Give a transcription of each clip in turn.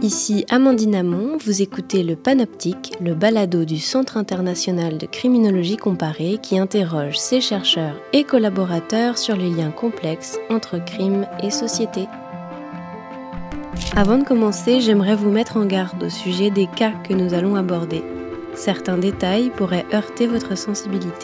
Ici Amandine Amon, vous écoutez le Panoptique, le balado du Centre international de criminologie comparée qui interroge ses chercheurs et collaborateurs sur les liens complexes entre crime et société. Avant de commencer, j'aimerais vous mettre en garde au sujet des cas que nous allons aborder. Certains détails pourraient heurter votre sensibilité.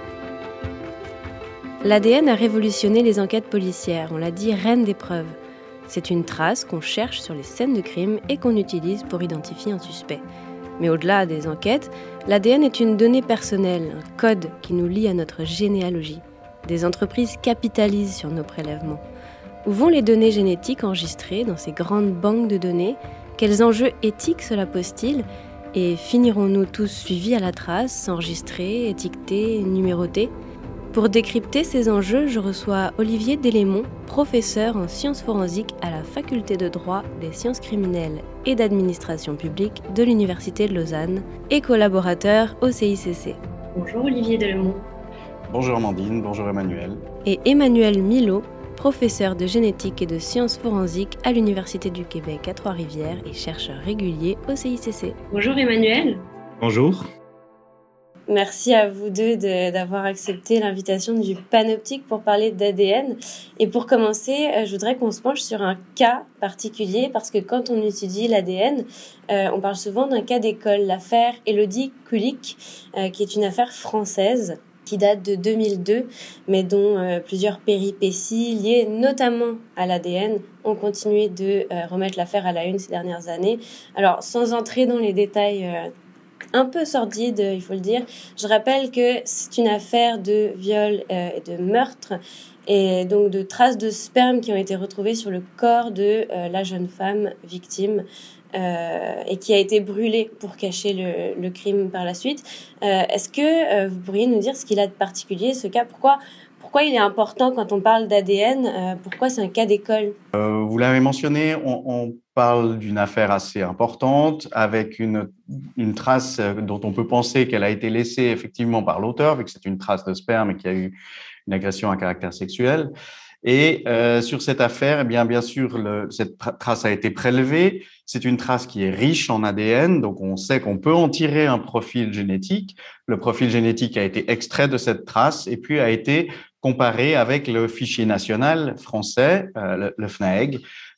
L'ADN a révolutionné les enquêtes policières, on l'a dit, reine des preuves. C'est une trace qu'on cherche sur les scènes de crime et qu'on utilise pour identifier un suspect. Mais au-delà des enquêtes, l'ADN est une donnée personnelle, un code qui nous lie à notre généalogie. Des entreprises capitalisent sur nos prélèvements. Où vont les données génétiques enregistrées dans ces grandes banques de données ? Quels enjeux éthiques cela pose-t-il ? Et finirons-nous tous suivis à la trace, enregistrés, étiquetés, numérotés ? Pour décrypter ces enjeux, je reçois Olivier Delémont, professeur en sciences forensiques à la faculté de droit des sciences criminelles et d'administration publique de l'Université de Lausanne et collaborateur au CICC. Bonjour Olivier Delémont. Bonjour Amandine, bonjour Emmanuel. Et Emmanuel Milot, professeur de génétique et de sciences forensiques à l'Université du Québec à Trois-Rivières et chercheur régulier au CICC. Bonjour Emmanuel. Bonjour. Merci à vous deux d'avoir accepté l'invitation du Panoptique pour parler d'ADN. Et pour commencer, je voudrais qu'on se penche sur un cas particulier parce que quand on étudie l'ADN, on parle souvent d'un cas d'école, l'affaire Élodie Kulik, qui est une affaire française qui date de 2002, mais dont plusieurs péripéties liées notamment à l'ADN ont continué de remettre l'affaire à la une ces dernières années. Alors, sans entrer dans les détails un peu sordide, il faut le dire. Je rappelle que c'est une affaire de viol et de meurtre et donc de traces de sperme qui ont été retrouvées sur le corps de la jeune femme victime et qui a été brûlée pour cacher le crime par la suite. Est-ce que vous pourriez nous dire ce qu'il a de particulier, ce cas ? Pourquoi il est important quand on parle d'ADN ? Pourquoi c'est un cas d'école ? Vous l'avez mentionné, on parle d'une affaire assez importante avec une trace dont on peut penser qu'elle a été laissée effectivement par l'auteur, vu que c'est une trace de sperme et qu'il y a eu une agression à caractère sexuel. Et sur cette affaire, eh bien sûr, cette trace a été prélevée. C'est une trace qui est riche en ADN, donc on sait qu'on peut en tirer un profil génétique. Le profil génétique a été extrait de cette trace et puis a été comparé avec le fichier national français, le FNAEG,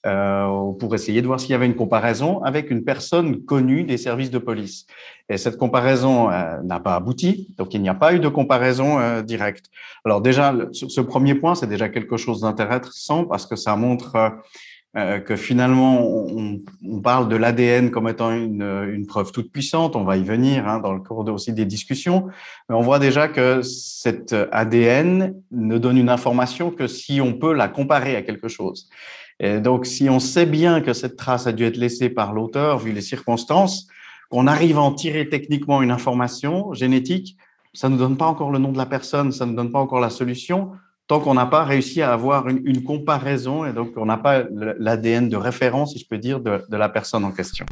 pour essayer de voir s'il y avait une comparaison avec une personne connue des services de police. Et cette comparaison n'a pas abouti, donc il n'y a pas eu de comparaison directe. Alors déjà, ce premier point, c'est déjà quelque chose d'intéressant parce que ça montre que finalement, on parle de l'ADN comme étant une preuve toute puissante. On va y venir dans le cours aussi des discussions. Mais on voit déjà que cet ADN ne donne une information que si on peut la comparer à quelque chose. Et donc, si on sait bien que cette trace a dû être laissée par l'auteur, vu les circonstances, qu'on arrive à en tirer techniquement une information génétique, ça ne nous donne pas encore le nom de la personne, ça ne nous donne pas encore la solution, tant qu'on n'a pas réussi à avoir une comparaison et donc on n'a pas l'ADN de référence, si je peux dire, de la personne en question.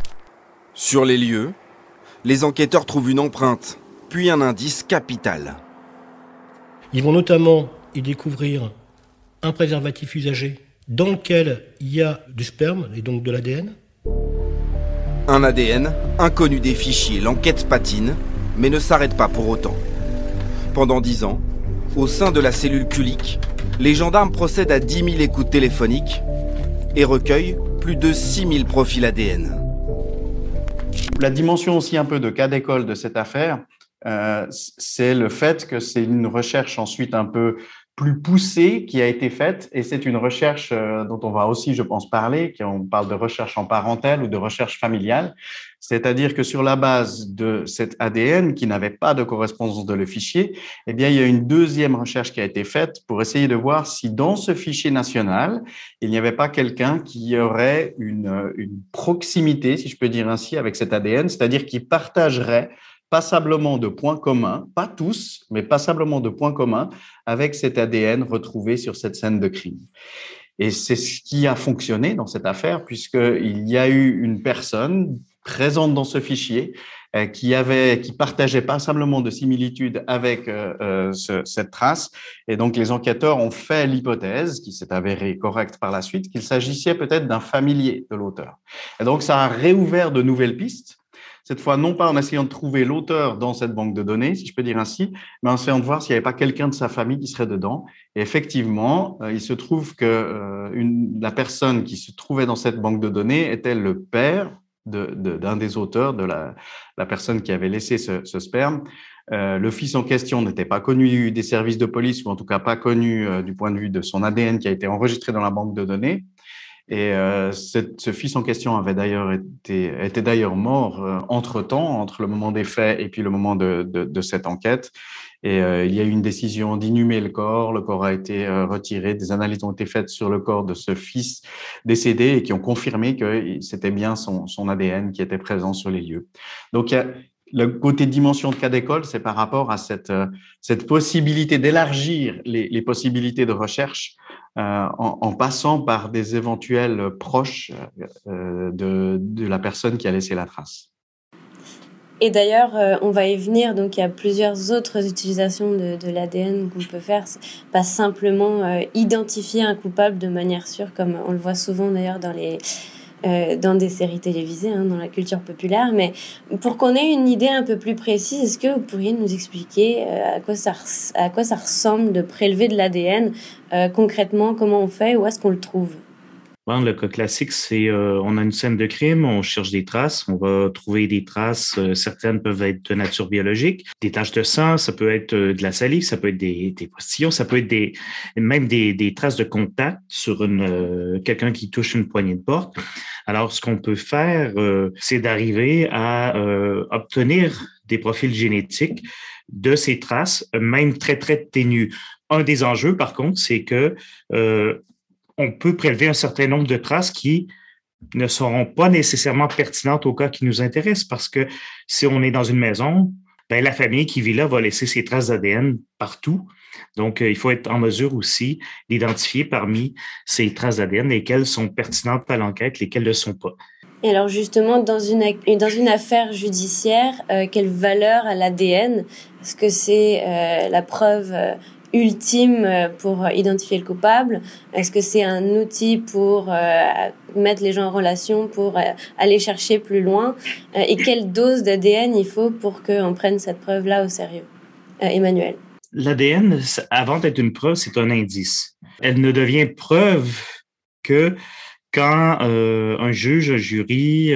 Sur les lieux, les enquêteurs trouvent une empreinte, puis un indice capital. Ils vont notamment y découvrir un préservatif usagé dans lequel il y a du sperme et donc de l'ADN. Un ADN inconnu des fichiers, l'enquête patine, mais ne s'arrête pas pour autant. Pendant 10 ans, au sein de la cellule Kulik, les gendarmes procèdent à 10 000 écoutes téléphoniques et recueillent plus de 6 000 profils ADN. La dimension aussi un peu de cas d'école de cette affaire, c'est le fait que c'est une recherche ensuite un peu plus poussée qui a été faite et c'est une recherche dont on va aussi, je pense, parler, on parle de recherche en parentèle ou de recherche familiale, c'est-à-dire que sur la base de cet ADN qui n'avait pas de correspondance de le fichier, eh bien, il y a une deuxième recherche qui a été faite pour essayer de voir si dans ce fichier national, il n'y avait pas quelqu'un qui aurait une proximité, si je peux dire ainsi, avec cet ADN, c'est-à-dire qui partagerait passablement de points communs, pas tous, mais passablement de points communs avec cet ADN retrouvé sur cette scène de crime. Et c'est ce qui a fonctionné dans cette affaire, puisqu'il y a eu une personne présentes dans ce fichier, qui partageaient passablement de similitudes avec cette trace. Et donc, les enquêteurs ont fait l'hypothèse, qui s'est avérée correcte par la suite, qu'il s'agissait peut-être d'un familier de l'auteur. Et donc, ça a réouvert de nouvelles pistes. Cette fois, non pas en essayant de trouver l'auteur dans cette banque de données, si je peux dire ainsi, mais en essayant de voir s'il n'y avait pas quelqu'un de sa famille qui serait dedans. Et effectivement, il se trouve que la personne qui se trouvait dans cette banque de données était le père d'un des auteurs, de la personne qui avait laissé ce sperme. Le fils en question n'était pas connu des services de police, ou en tout cas pas connu du point de vue de son ADN qui a été enregistré dans la banque de données. Et ce fils en question avait était d'ailleurs mort entre-temps, entre le moment des faits et puis le moment de cette enquête. Et il y a eu une décision d'inhumer le corps. Le corps a été retiré. Des analyses ont été faites sur le corps de ce fils décédé et qui ont confirmé que c'était bien son ADN qui était présent sur les lieux. Donc, le côté dimension de cas d'école, c'est par rapport à cette possibilité d'élargir les possibilités de recherche en passant par des éventuels proches de la personne qui a laissé la trace. Et d'ailleurs, on va y venir, donc il y a plusieurs autres utilisations de l'ADN qu'on peut faire, pas simplement identifier un coupable de manière sûre, comme on le voit souvent d'ailleurs dans des séries télévisées, dans la culture populaire. Mais pour qu'on ait une idée un peu plus précise, est-ce que vous pourriez nous expliquer à quoi ça ressemble de prélever de l'ADN concrètement, comment on fait, où est-ce qu'on le trouve? Bon, le cas classique, c'est on a une scène de crime, on cherche des traces, on va trouver des traces, certaines peuvent être de nature biologique, des taches de sang, ça peut être de la salive, ça peut être des postillons, ça peut être même des traces de contact sur quelqu'un qui touche une poignée de porte. Alors, ce qu'on peut faire, c'est d'arriver à obtenir des profils génétiques de ces traces, même très, très ténues. Un des enjeux, par contre, c'est que on peut prélever un certain nombre de traces qui ne seront pas nécessairement pertinentes au cas qui nous intéresse, parce que si on est dans une maison, la famille qui vit là va laisser ses traces d'ADN partout. Donc, il faut être en mesure aussi d'identifier parmi ces traces d'ADN lesquelles sont pertinentes à l'enquête, lesquelles ne le sont pas. Et alors justement, dans une affaire judiciaire, quelle valeur a l'ADN? Est-ce que c'est la preuve ultime pour identifier le coupable? Est-ce que c'est un outil pour mettre les gens en relation, pour aller chercher plus loin? Et quelle dose d'ADN il faut pour qu'on prenne cette preuve-là au sérieux? Emmanuel. L'ADN, avant d'être une preuve, c'est un indice. Elle ne devient preuve que quand un juge, un jury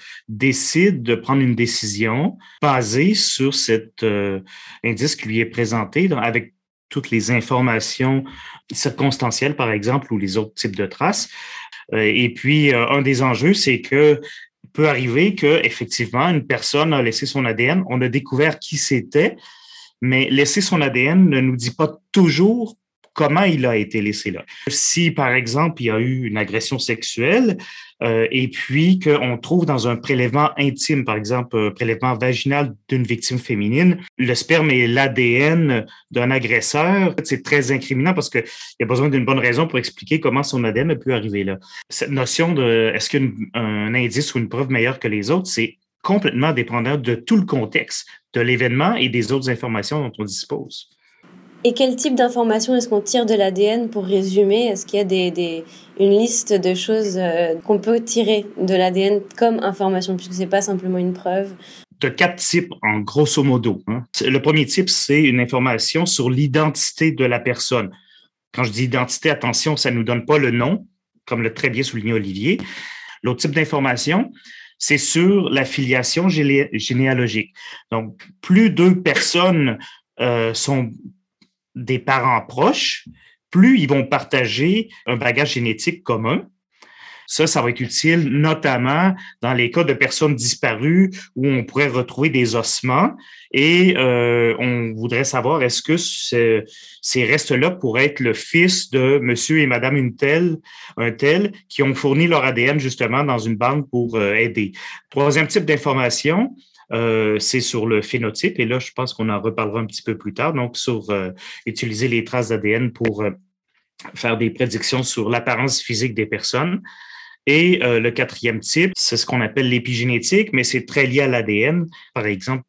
décide de prendre une décision basée sur cet indice qui lui est présenté avec toutes les informations circonstancielles, par exemple, ou les autres types de traces. Et puis, un des enjeux, c'est que peut arriver que effectivement une personne a laissé son ADN, on a découvert qui c'était, mais laisser son ADN ne nous dit pas toujours comment il a été laissé là. Si, par exemple, il y a eu une agression sexuelle et puis qu'on trouve dans un prélèvement intime, par exemple, un prélèvement vaginal d'une victime féminine, le sperme et l'ADN d'un agresseur, c'est très incriminant parce qu'il y a besoin d'une bonne raison pour expliquer comment son ADN a pu arriver là. Cette notion de est-ce qu'un indice ou une preuve meilleure que les autres, c'est complètement dépendant de tout le contexte de l'événement et des autres informations dont on dispose. Et quel type d'informations est-ce qu'on tire de l'ADN pour résumer? Est-ce qu'il y a une liste de choses qu'on peut tirer de l'ADN comme information, puisque c'est pas simplement une preuve? De 4 types, en grosso modo. Le premier type, c'est une information sur l'identité de la personne. Quand je dis identité, attention, ça ne nous donne pas le nom, comme l'a très bien souligné Olivier. L'autre type d'information, c'est sur la filiation généalogique. Donc, plus 2 personnes sont des parents proches, plus ils vont partager un bagage génétique commun. Ça va être utile notamment dans les cas de personnes disparues où on pourrait retrouver des ossements et on voudrait savoir est-ce que ces restes-là pourraient être le fils de monsieur et madame un tel, qui ont fourni leur ADN justement dans une banque pour aider. Troisième type d'information, c'est sur le phénotype, et là, je pense qu'on en reparlera un petit peu plus tard, donc sur utiliser les traces d'ADN pour faire des prédictions sur l'apparence physique des personnes. Et le quatrième type, c'est ce qu'on appelle l'épigénétique, mais c'est très lié à l'ADN. Par exemple,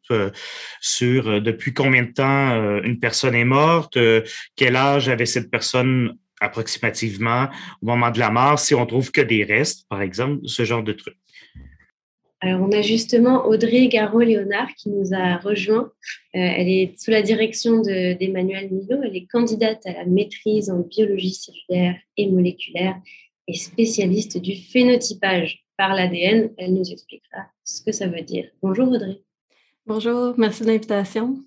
sur depuis combien de temps une personne est morte, quel âge avait cette personne approximativement au moment de la mort, si on trouve que des restes, par exemple, ce genre de trucs. Alors, on a justement Audrey Garot-Léonard qui nous a rejoint. Elle est sous la direction d'Emmanuel Milot. Elle est candidate à la maîtrise en biologie cellulaire et moléculaire et spécialiste du phénotypage par l'ADN. Elle nous expliquera ce que ça veut dire. Bonjour Audrey. Bonjour, merci de l'invitation.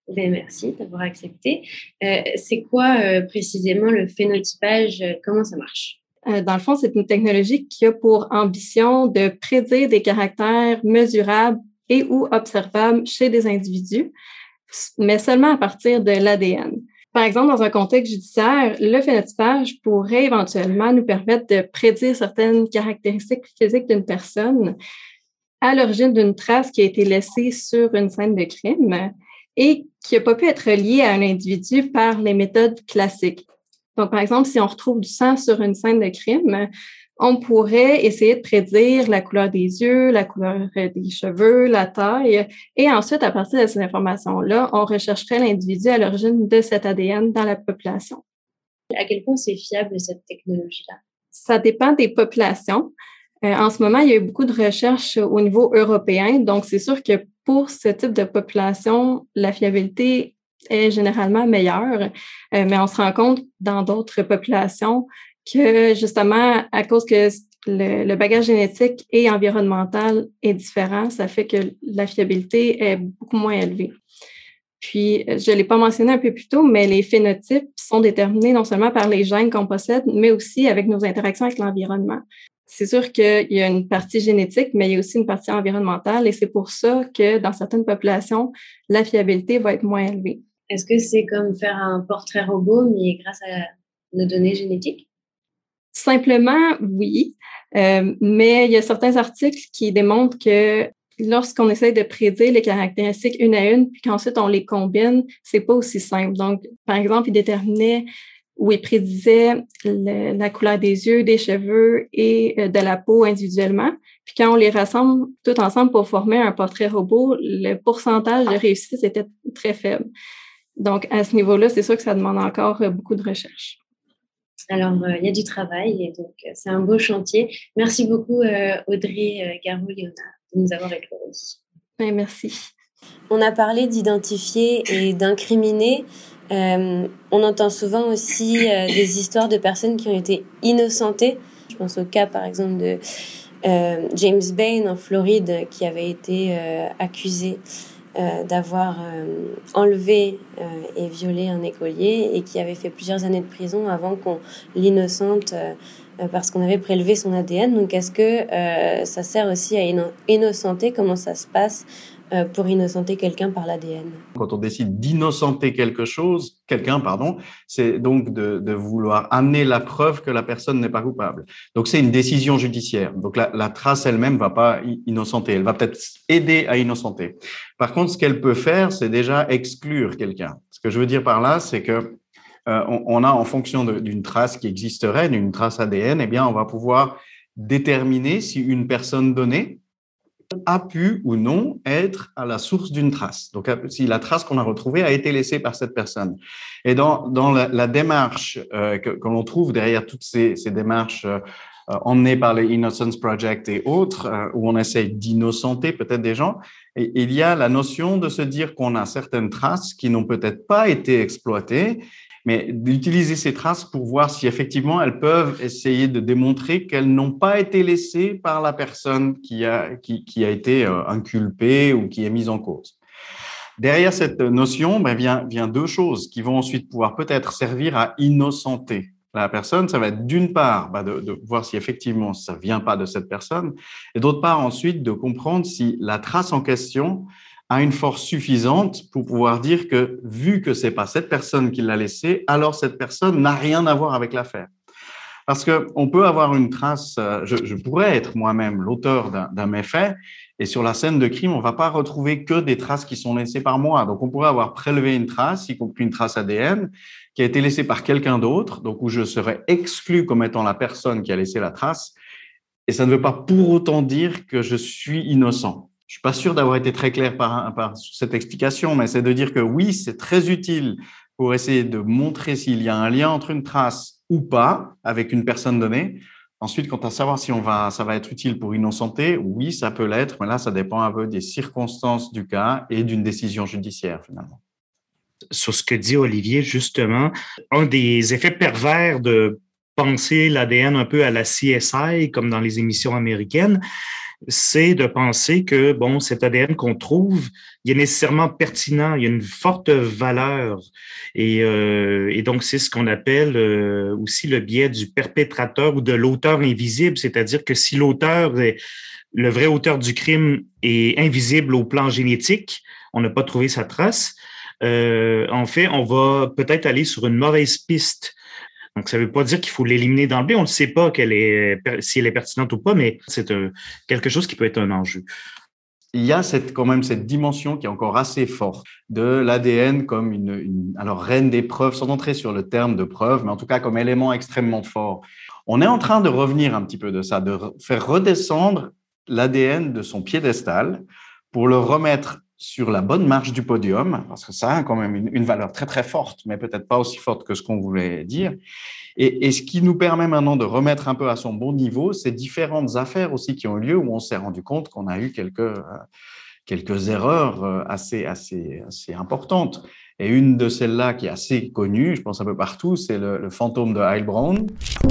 Merci d'avoir accepté. C'est quoi précisément le phénotypage? Comment ça marche? Dans le fond, c'est une technologie qui a pour ambition de prédire des caractères mesurables et ou observables chez des individus, mais seulement à partir de l'ADN. Par exemple, dans un contexte judiciaire, le phénotypage pourrait éventuellement nous permettre de prédire certaines caractéristiques physiques d'une personne à l'origine d'une trace qui a été laissée sur une scène de crime et qui n'a pas pu être liée à un individu par les méthodes classiques. Donc, par exemple, si on retrouve du sang sur une scène de crime, on pourrait essayer de prédire la couleur des yeux, la couleur des cheveux, la taille, et ensuite, à partir de ces informations-là, on rechercherait l'individu à l'origine de cet ADN dans la population. À quel point c'est fiable, cette technologie-là? Ça dépend des populations. En ce moment, il y a eu beaucoup de recherches au niveau européen, donc c'est sûr que pour ce type de population, la fiabilité est généralement meilleure, mais on se rend compte dans d'autres populations que justement, à cause que le bagage génétique et environnemental est différent, ça fait que la fiabilité est beaucoup moins élevée. Puis, je ne l'ai pas mentionné un peu plus tôt, mais les phénotypes sont déterminés non seulement par les gènes qu'on possède, mais aussi avec nos interactions avec l'environnement. C'est sûr qu'il y a une partie génétique, mais il y a aussi une partie environnementale et c'est pour ça que dans certaines populations, la fiabilité va être moins élevée. Est-ce que c'est comme faire un portrait robot, mais grâce à nos données génétiques? Simplement, oui. Mais il y a certains articles qui démontrent que lorsqu'on essaie de prédire les caractéristiques une à une, puis qu'ensuite on les combine, c'est pas aussi simple. Donc, par exemple, ils déterminaient ou ils prédisaient la couleur des yeux, des cheveux et de la peau individuellement. Puis quand on les rassemble tout ensemble pour former un portrait robot, le pourcentage de réussite était très faible. Donc, à ce niveau-là, c'est sûr que ça demande encore beaucoup de recherche. Alors, il y a du travail et donc c'est un beau chantier. Merci beaucoup, Audrey Garot-Léonard, de nous avoir éclairé. Merci. On a parlé d'identifier et d'incriminer. On entend souvent aussi des histoires de personnes qui ont été innocentées. Je pense au cas, par exemple, de James Bain en Floride qui avait été accusé d'avoir enlevé et violé un écolier et qui avait fait plusieurs années de prison avant qu'on l'innocente parce qu'on avait prélevé son ADN. Donc, est-ce que ça sert aussi à innocenter? Comment ça se passe pour innocenter quelqu'un par l'ADN? Quand on décide d'innocenter quelqu'un, c'est donc de vouloir amener la preuve que la personne n'est pas coupable. Donc, c'est une décision judiciaire. Donc, la trace elle-même ne va pas innocenter. Elle va peut-être aider à innocenter. Par contre, ce qu'elle peut faire, c'est déjà exclure quelqu'un. Ce que je veux dire par là, c'est que on a, en fonction d'une trace qui existerait, d'une trace ADN, eh bien, on va pouvoir déterminer si une personne donnée a pu ou non être à la source d'une trace. Donc, si la trace qu'on a retrouvée a été laissée par cette personne. Et dans la démarche que l'on trouve derrière toutes ces démarches emmenées par les Innocence Project et autres, où on essaye d'innocenter peut-être des gens, et il y a la notion de se dire qu'on a certaines traces qui n'ont peut-être pas été exploitées, mais d'utiliser ces traces pour voir si effectivement elles peuvent essayer de démontrer qu'elles n'ont pas été laissées par la personne qui a été inculpée ou qui est mise en cause. Derrière cette notion, vient deux choses qui vont ensuite pouvoir peut-être servir à innocenter la personne. Ça va être d'une part de voir si effectivement ça vient pas de cette personne, et d'autre part ensuite de comprendre si la trace en question a une force suffisante pour pouvoir dire que, vu que c'est pas cette personne qui l'a laissé, alors cette personne n'a rien à voir avec l'affaire. Parce qu'on peut avoir une trace, je pourrais être moi-même l'auteur d'un méfait, et sur la scène de crime, on ne va pas retrouver que des traces qui sont laissées par moi. Donc, on pourrait avoir prélevé une trace, y compris une trace ADN, qui a été laissée par quelqu'un d'autre, donc où je serais exclu comme étant la personne qui a laissé la trace. Et ça ne veut pas pour autant dire que je suis innocent. Je suis pas sûr d'avoir été très clair par cette explication, mais c'est de dire que oui, c'est très utile pour essayer de montrer s'il y a un lien entre une trace ou pas avec une personne donnée. Ensuite, quant à savoir si ça va être utile pour innocenter, oui, ça peut l'être, mais là, ça dépend un peu des circonstances du cas et d'une décision judiciaire, finalement. Sur ce que dit Olivier, justement, un des effets pervers de penser l'ADN un peu à la CSI, comme dans les émissions américaines, c'est de penser que, bon, cet ADN qu'on trouve, il est nécessairement pertinent, il y a une forte valeur. Et donc, c'est ce qu'on appelle aussi le biais du perpétrateur ou de l'auteur invisible, c'est-à-dire que si le vrai auteur du crime est invisible au plan génétique, on n'a pas trouvé sa trace, en fait, on va peut-être aller sur une mauvaise piste. Donc, ça ne veut pas dire qu'il faut l'éliminer d'emblée. On ne sait pas si elle est pertinente ou pas, mais c'est quelque chose qui peut être un enjeu. Il y a quand même cette dimension qui est encore assez forte de l'ADN comme alors reine des preuves, sans entrer sur le terme de preuve, mais en tout cas comme élément extrêmement fort. On est en train de revenir un petit peu de ça, de faire redescendre l'ADN de son piédestal pour le remettre sur la bonne marche du podium, parce que ça a quand même une valeur très, très forte, mais peut-être pas aussi forte que ce qu'on voulait dire. Et ce qui nous permet maintenant de remettre un peu à son bon niveau, c'est différentes affaires aussi qui ont eu lieu où on s'est rendu compte qu'on a eu quelques erreurs assez importantes. Et une de celles-là qui est assez connue, je pense un peu partout, c'est le fantôme de Heilbronn.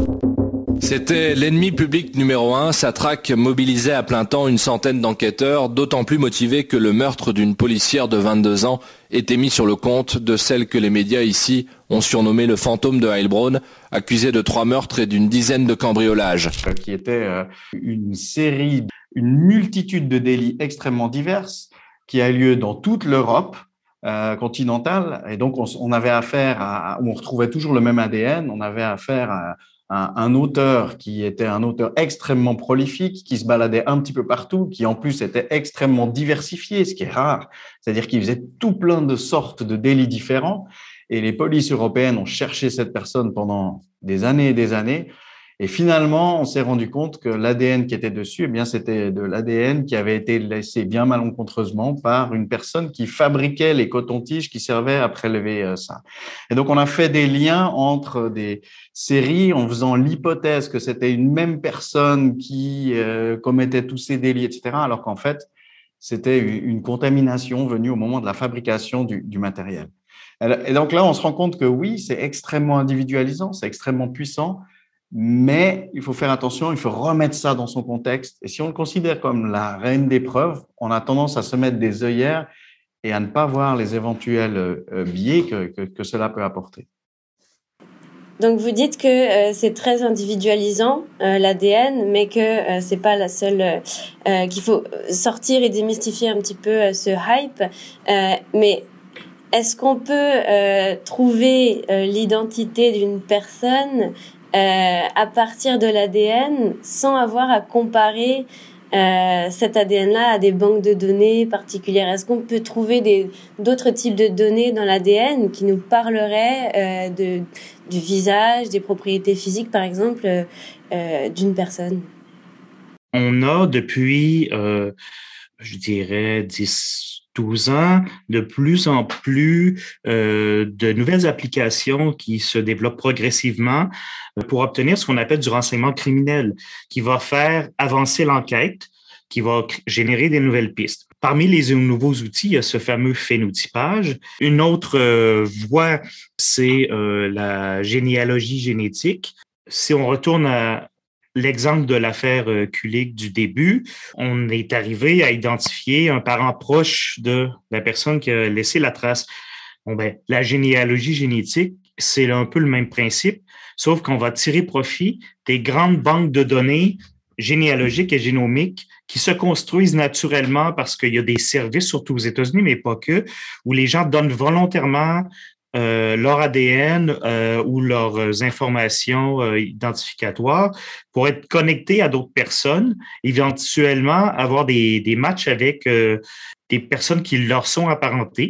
C'était l'ennemi public numéro 1. Sa traque mobilisait à plein temps une centaine d'enquêteurs, d'autant plus motivés que le meurtre d'une policière de 22 ans était mis sur le compte de celle que les médias ici ont surnommée le fantôme de Heilbronn, accusée de 3 meurtres et d'une dizaine de cambriolages. Qui était une multitude de délits extrêmement divers qui a lieu dans toute l'Europe continentale. Et donc, on avait affaire où on retrouvait toujours le même ADN, on avait affaire à un auteur qui était un auteur extrêmement prolifique, qui se baladait un petit peu partout, qui en plus était extrêmement diversifié, ce qui est rare. C'est-à-dire qu'il faisait tout plein de sortes de délits différents. Et les polices européennes ont cherché cette personne pendant des années et des années. Et finalement, on s'est rendu compte que l'ADN qui était dessus, eh bien, c'était de l'ADN qui avait été laissé bien malencontreusement par une personne qui fabriquait les cotons-tiges qui servaient à prélever ça. Et donc, on a fait des liens entre des séries en faisant l'hypothèse que c'était une même personne qui commettait tous ces délits, etc., alors qu'en fait, c'était une contamination venue au moment de la fabrication du matériel. Et donc là, on se rend compte que oui, c'est extrêmement individualisant, c'est extrêmement puissant, mais il faut faire attention, il faut remettre ça dans son contexte. Et si on le considère comme la reine des preuves, on a tendance à se mettre des œillères et à ne pas voir les éventuels biais que cela peut apporter. Donc vous dites que c'est très individualisant l'ADN, mais que c'est pas la seule qu'il faut sortir et démystifier un petit peu ce hype. Mais est-ce qu'on peut trouver l'identité d'une personne à partir de l'ADN sans avoir à comparer cet ADN-là à des banques de données particulières? Est-ce qu'on peut trouver d'autres types de données dans l'ADN qui nous parleraient du visage, des propriétés physiques, par exemple, d'une personne? On a depuis, je dirais, 12 ans, de plus en plus de nouvelles applications qui se développent progressivement pour obtenir ce qu'on appelle du renseignement criminel, qui va faire avancer l'enquête, qui va générer des nouvelles pistes. Parmi les nouveaux outils, il y a ce fameux phénotypage. Une autre voie, c'est la généalogie génétique. Si on retourne à l'exemple de l'affaire Kulig du début, on est arrivé à identifier un parent proche de la personne qui a laissé la trace. Bon, la généalogie génétique, c'est un peu le même principe, sauf qu'on va tirer profit des grandes banques de données généalogiques et génomiques qui se construisent naturellement parce qu'il y a des services, surtout aux États-Unis, mais pas que, où les gens donnent volontairement leur ADN ou leurs informations identificatoires pour être connectés à d'autres personnes, éventuellement avoir des matchs avec des personnes qui leur sont apparentées.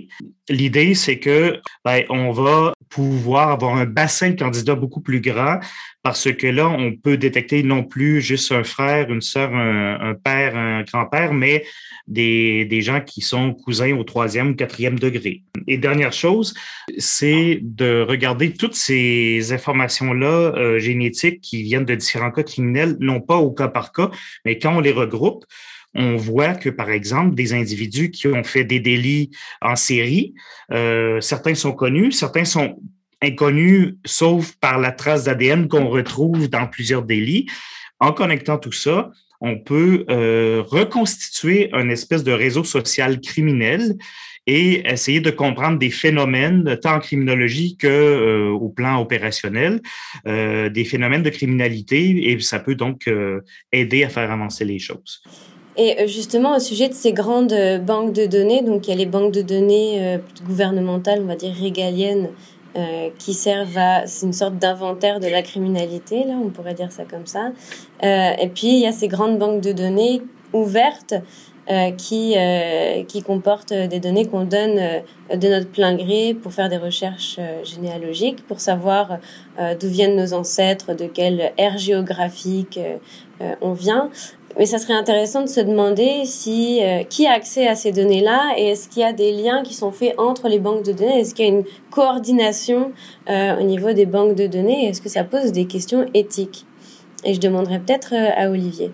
L'idée, c'est que on va pouvoir avoir un bassin de candidats beaucoup plus grand parce que là, on peut détecter non plus juste un frère, une sœur, un père, un grand-père, mais des gens qui sont cousins au 3e ou 4e degré. Et dernière chose, c'est de regarder toutes ces informations-là génétiques qui viennent de différents cas criminels, non pas au cas par cas, mais quand on les regroupe, on voit que, par exemple, des individus qui ont fait des délits en série, certains sont connus, certains sont inconnus, sauf par la trace d'ADN qu'on retrouve dans plusieurs délits. En connectant tout ça, on peut reconstituer un espèce de réseau social criminel et essayer de comprendre des phénomènes, tant en criminologie que au plan opérationnel, des phénomènes de criminalité, et ça peut donc aider à faire avancer les choses. Et justement, au sujet de ces grandes banques de données, donc il y a les banques de données gouvernementales, on va dire régaliennes, qui servent c'est une sorte d'inventaire de la criminalité, là, on pourrait dire ça comme ça. Et puis, il y a ces grandes banques de données ouvertes qui comportent des données qu'on donne de notre plein gré pour faire des recherches généalogiques, pour savoir d'où viennent nos ancêtres, de quelle ère géographique on vient. Mais ça serait intéressant de se demander qui a accès à ces données-là et est-ce qu'il y a des liens qui sont faits entre les banques de données? Est-ce qu'il y a une coordination au niveau des banques de données? Est-ce que ça pose des questions éthiques? Et je demanderais peut-être à Olivier.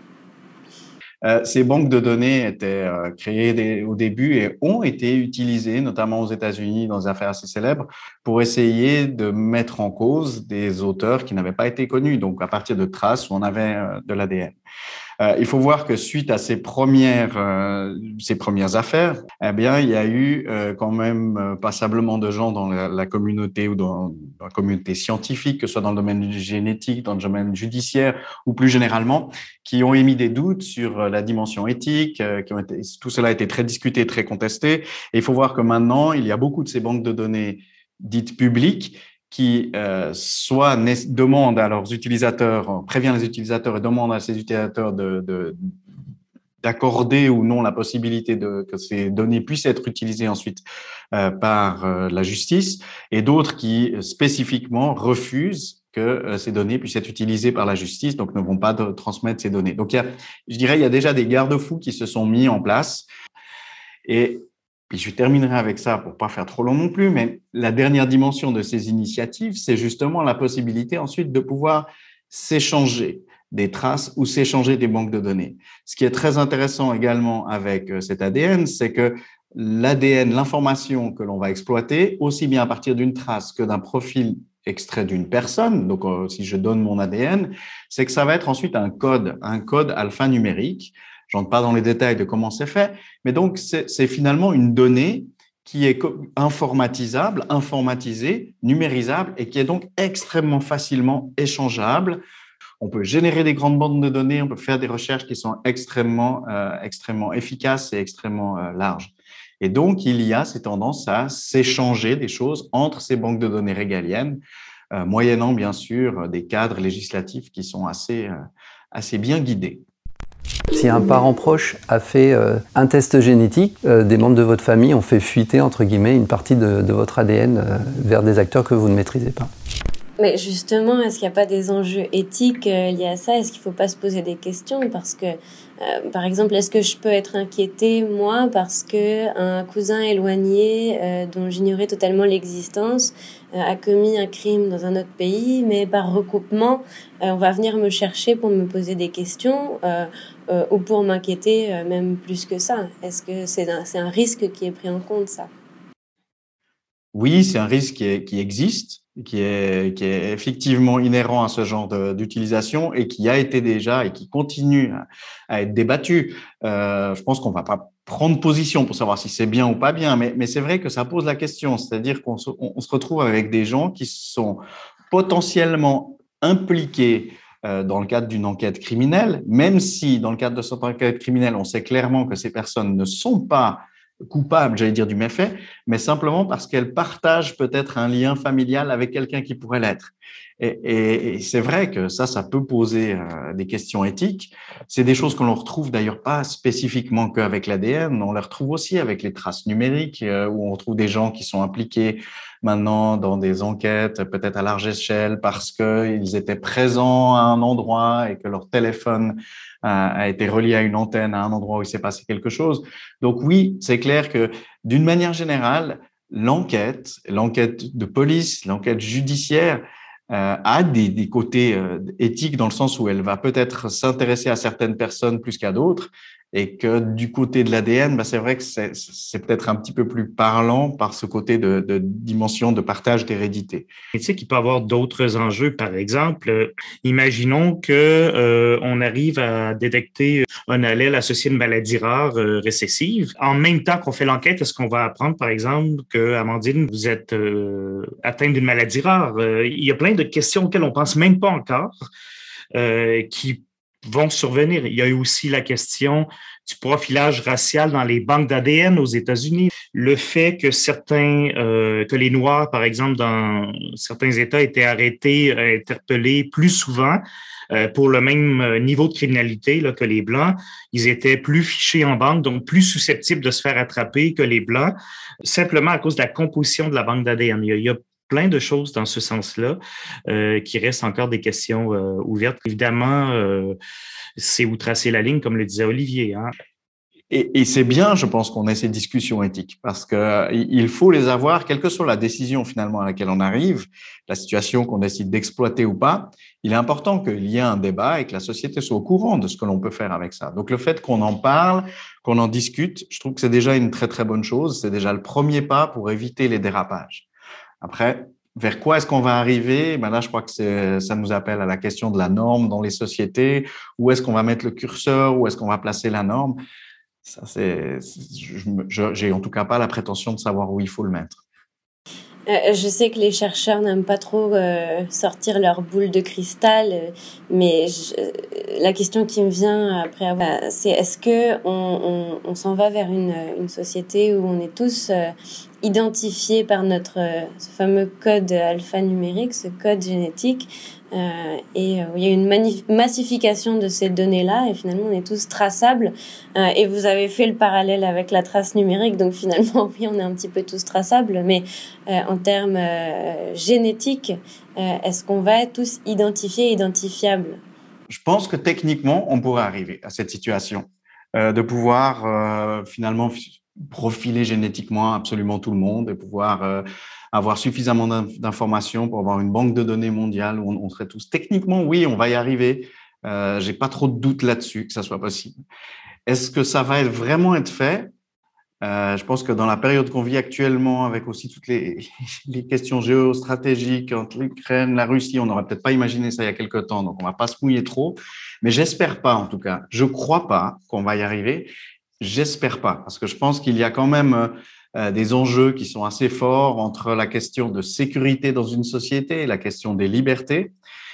Ces banques de données étaient créées au début et ont été utilisées, notamment aux États-Unis, dans des affaires assez célèbres, pour essayer de mettre en cause des auteurs qui n'avaient pas été connus, donc à partir de traces où on avait de l'ADN. Il faut voir que suite à ces premières affaires, eh bien, il y a eu quand même passablement de gens dans la communauté ou dans la communauté scientifique, que ce soit dans le domaine génétique, dans le domaine judiciaire ou plus généralement, qui ont émis des doutes sur la dimension éthique. Tout cela a été très discuté, très contesté. Et il faut voir que maintenant, il y a beaucoup de ces banques de données dites publiques qui soit demandent à leurs utilisateurs, prévient les utilisateurs et demandent à ces utilisateurs d'accorder ou non la possibilité que ces données puissent être utilisées ensuite par la justice, et d'autres qui spécifiquement refusent que ces données puissent être utilisées par la justice, donc ne vont pas transmettre ces données. Donc, il y a déjà des garde-fous qui se sont mis en place. Et puis je terminerai avec ça pour pas faire trop long non plus, mais la dernière dimension de ces initiatives, c'est justement la possibilité ensuite de pouvoir s'échanger des traces ou s'échanger des banques de données. Ce qui est très intéressant également avec cet ADN, c'est que l'ADN, l'information que l'on va exploiter, aussi bien à partir d'une trace que d'un profil extrait d'une personne, donc si je donne mon ADN, c'est que ça va être ensuite un code alphanumérique. Je n'entre pas dans les détails de comment c'est fait, mais donc c'est finalement une donnée qui est informatisable, informatisée, numérisable et qui est donc extrêmement facilement échangeable. On peut générer des grandes bandes de données, on peut faire des recherches qui sont extrêmement efficaces et extrêmement larges. Et donc, il y a ces tendances à s'échanger des choses entre ces banques de données régaliennes, moyennant bien sûr des cadres législatifs qui sont assez bien guidés. Si un parent proche a fait un test génétique, des membres de votre famille ont fait fuiter, entre guillemets, une partie de votre ADN vers des acteurs que vous ne maîtrisez pas. Mais justement, est-ce qu'il n'y a pas des enjeux éthiques liés à ça? Est-ce qu'il ne faut pas se poser des questions? Parce que, par exemple, est-ce que je peux être inquiétée, moi, parce qu'un cousin éloigné dont j'ignorais totalement l'existence a commis un crime dans un autre pays, mais par recoupement, on va venir me chercher pour me poser des questions ou pour m'inquiéter même plus que ça? Est-ce que c'est un risque qui est pris en compte, ça? Oui, c'est un risque qui existe, qui est effectivement inhérent à ce genre d'utilisation et qui a été déjà et qui continue à être débattu. Je pense qu'on va pas prendre position pour savoir si c'est bien ou pas bien, mais c'est vrai que ça pose la question, c'est-à-dire qu'on se retrouve avec des gens qui sont potentiellement impliqués dans le cadre d'une enquête criminelle, même si dans le cadre de cette enquête criminelle, on sait clairement que ces personnes ne sont pas coupables, j'allais dire, du méfait, mais simplement parce qu'elles partagent peut-être un lien familial avec quelqu'un qui pourrait l'être. Et c'est vrai que ça peut poser des questions éthiques. C'est des choses qu'on ne retrouve d'ailleurs pas spécifiquement qu'avec l'ADN. On les retrouve aussi avec les traces numériques, où on retrouve des gens qui sont impliqués maintenant dans des enquêtes, peut-être à large échelle, parce qu'ils étaient présents à un endroit et que leur téléphone a été relié à une antenne à un endroit où il s'est passé quelque chose. Donc oui, c'est clair que d'une manière générale, l'enquête de police, l'enquête judiciaire a des côtés éthiques dans le sens où elle va peut-être s'intéresser à certaines personnes plus qu'à d'autres, et que du côté de l'ADN, c'est vrai que c'est peut-être un petit peu plus parlant par ce côté de dimension de partage d'hérédité. Tu sais qu'il peut y avoir d'autres enjeux. Par exemple, imaginons que on arrive à détecter un allèle associé à une maladie rare récessive. En même temps qu'on fait l'enquête, est-ce qu'on va apprendre, par exemple, que Amandine, vous êtes atteinte d'une maladie rare? Il y a plein de questions auxquelles on pense même pas encore, qui vont survenir. Il y a eu aussi la question du profilage racial dans les banques d'ADN aux États-Unis. Le fait que que les Noirs, par exemple, dans certains États, étaient arrêtés, interpellés plus souvent pour le même niveau de criminalité là, que les Blancs. Ils étaient plus fichés en banque, donc plus susceptibles de se faire attraper que les Blancs, simplement à cause de la composition de la banque d'ADN. Il y a plein de choses dans ce sens-là qui restent encore des questions ouvertes. Évidemment, c'est où tracer la ligne, comme le disait Olivier. Hein. Et c'est bien, je pense, qu'on ait ces discussions éthiques parce que il faut les avoir, quelle que soit la décision finalement à laquelle on arrive, la situation qu'on décide d'exploiter ou pas. Il est important qu'il y ait un débat et que la société soit au courant de ce que l'on peut faire avec ça. Donc, le fait qu'on en parle, qu'on en discute, je trouve que c'est déjà une très, très bonne chose. C'est déjà le premier pas pour éviter les dérapages. Après, vers quoi est-ce qu'on va arriver? Là, je crois que ça nous appelle à la question de la norme dans les sociétés. Où est-ce qu'on va mettre le curseur? Où est-ce qu'on va placer la norme? Ça, j'ai en tout cas pas la prétention de savoir où il faut le mettre. Je sais que les chercheurs n'aiment pas trop sortir leur boule de cristal, mais la question qui me vient après c'est est-ce que on s'en va vers une société où on est tous identifiés par ce fameux code alphanumérique, ce code génétique, et où il y a une massification de ces données-là, et finalement on est tous traçables, et vous avez fait le parallèle avec la trace numérique, donc finalement oui, on est un petit peu tous traçables, mais en termes génétiques, est-ce qu'on va être tous identifiés et identifiables? Je pense que techniquement, on pourrait arriver à cette situation, de pouvoir finalement profiler génétiquement absolument tout le monde et pouvoir avoir suffisamment d'informations pour avoir une banque de données mondiale où on serait tous. Techniquement, oui, on va y arriver. J'ai pas trop de doute là-dessus que ça soit possible. Est-ce que ça va vraiment être fait? Je pense que dans la période qu'on vit actuellement, avec aussi toutes les questions géostratégiques entre l'Ukraine, la Russie, on n'aurait peut-être pas imaginé ça il y a quelque temps, donc on va pas se mouiller trop. Mais j'espère pas, en tout cas. Je crois pas qu'on va y arriver. J'espère pas, parce que je pense qu'il y a quand même des enjeux qui sont assez forts entre la question de sécurité dans une société et la question des libertés.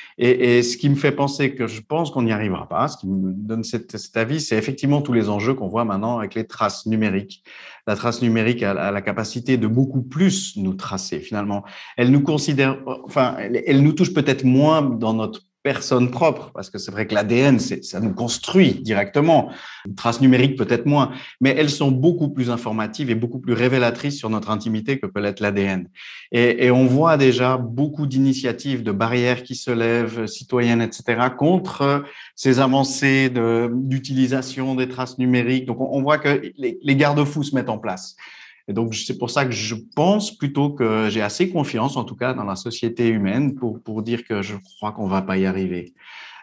Et ce qui me fait penser que je pense qu'on n'y arrivera pas, ce qui me donne cet avis, c'est effectivement tous les enjeux qu'on voit maintenant avec les traces numériques. La trace numérique a la capacité de beaucoup plus nous tracer, finalement. Elle nous considère, enfin, elle nous touche peut-être moins dans notre personne propre, parce que c'est vrai que l'ADN, ça nous construit directement. Une trace numérique, peut-être moins, mais elles sont beaucoup plus informatives et beaucoup plus révélatrices sur notre intimité que peut l'être l'ADN. Et on voit déjà beaucoup d'initiatives, de barrières qui se lèvent, citoyennes, etc., contre ces avancées d'utilisation des traces numériques. Donc, on voit que les garde-fous se mettent en place. Et donc, c'est pour ça que je pense plutôt que j'ai assez confiance, en tout cas, dans la société humaine pour dire que je crois qu'on va pas y arriver.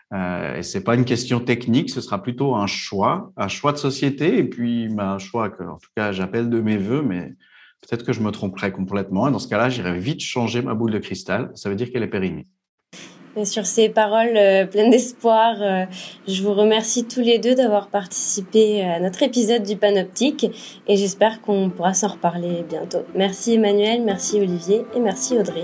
Et c'est pas une question technique, ce sera plutôt un choix de société et puis un choix que, en tout cas, j'appelle de mes vœux, mais peut-être que je me tromperai complètement. Et dans ce cas-là, j'irai vite changer ma boule de cristal. Ça veut dire qu'elle est périmée. Et sur ces paroles pleines d'espoir, je vous remercie tous les deux d'avoir participé à notre épisode du Panoptique et j'espère qu'on pourra s'en reparler bientôt. Merci Emmanuel, merci Olivier et merci Audrey.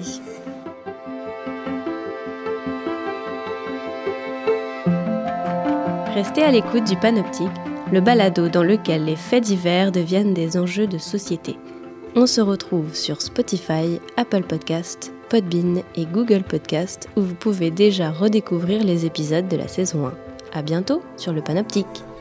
Restez à l'écoute du Panoptique, le balado dans lequel les faits divers deviennent des enjeux de société. On se retrouve sur Spotify, Apple Podcasts, Podbean et Google Podcast où vous pouvez déjà redécouvrir les épisodes de la saison 1. À bientôt sur le Panoptique.